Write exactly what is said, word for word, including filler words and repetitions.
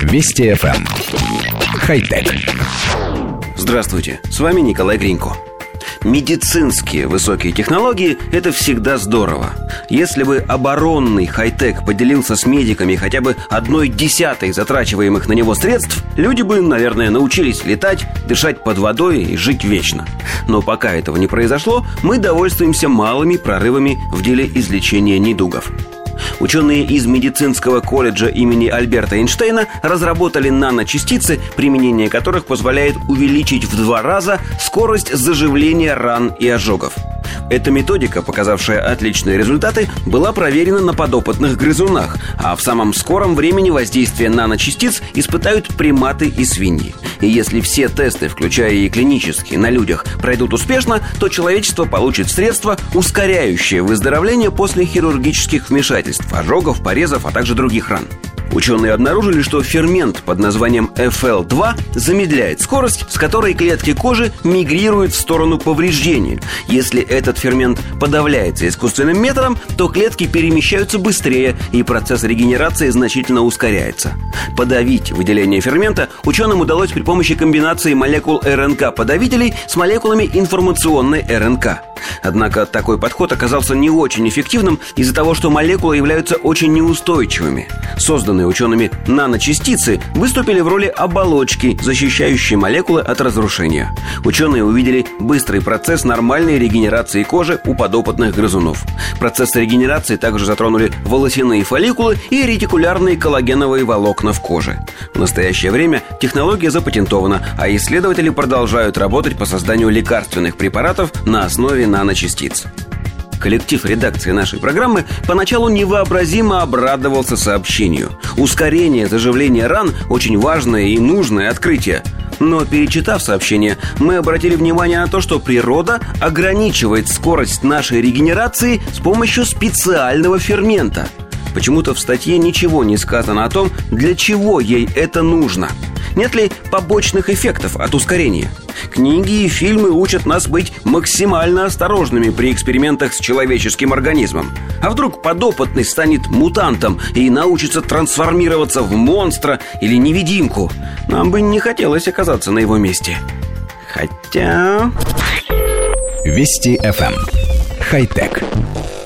Вести эф эм. Хай-тек. Здравствуйте, с вами Николай Гринько. Медицинские высокие технологии – это всегда здорово. Если бы оборонный хай-тек поделился с медиками хотя бы одной десятой затрачиваемых на него средств, люди бы, наверное, научились летать, дышать под водой и жить вечно. Но пока этого не произошло, мы довольствуемся малыми прорывами в деле излечения недугов. Ученые из медицинского колледжа имени Альберта Эйнштейна разработали наночастицы, применение которых позволяет увеличить в два раза скорость заживления ран и ожогов. Эта методика, показавшая отличные результаты, была проверена на подопытных грызунах, а в самом скором времени воздействие наночастиц испытают приматы и свиньи. И если все тесты, включая и клинические, на людях пройдут успешно, то человечество получит средства, ускоряющие выздоровление после хирургических вмешательств, ожогов, порезов, а также других ран. Ученые обнаружили, что фермент под названием эф эл два замедляет скорость, с которой клетки кожи мигрируют в сторону повреждения. Если этот фермент подавляется искусственным методом, то клетки перемещаются быстрее, и процесс регенерации значительно ускоряется. Подавить выделение фермента ученым удалось при помощи комбинации молекул эр эн ка-подавителей с молекулами информационной эр эн ка. Однако такой подход оказался не очень эффективным из-за того, что молекулы являются очень неустойчивыми. Созданные учеными наночастицы выступили в роли оболочки, защищающей молекулы от разрушения. Ученые увидели быстрый процесс нормальной регенерации кожи у подопытных грызунов. Процессы регенерации также затронули волосяные фолликулы и ретикулярные коллагеновые волокна в коже. В настоящее время технология запатентована, а исследователи продолжают работать по созданию лекарственных препаратов на основе наночастиц. Коллектив редакции нашей программы поначалу невообразимо обрадовался сообщению. Ускорение заживления ран – очень важное и нужное открытие. Но, перечитав сообщение, мы обратили внимание на то, что природа ограничивает скорость нашей регенерации с помощью специального фермента. Почему-то в статье ничего не сказано о том, для чего ей это нужно. Нет ли побочных эффектов от ускорения? Книги и фильмы учат нас быть максимально осторожными при экспериментах с человеческим организмом. А вдруг подопытный станет мутантом и научится трансформироваться в монстра или невидимку? Нам бы не хотелось оказаться на его месте. Хотя... Вести эф эм. Хай-тек.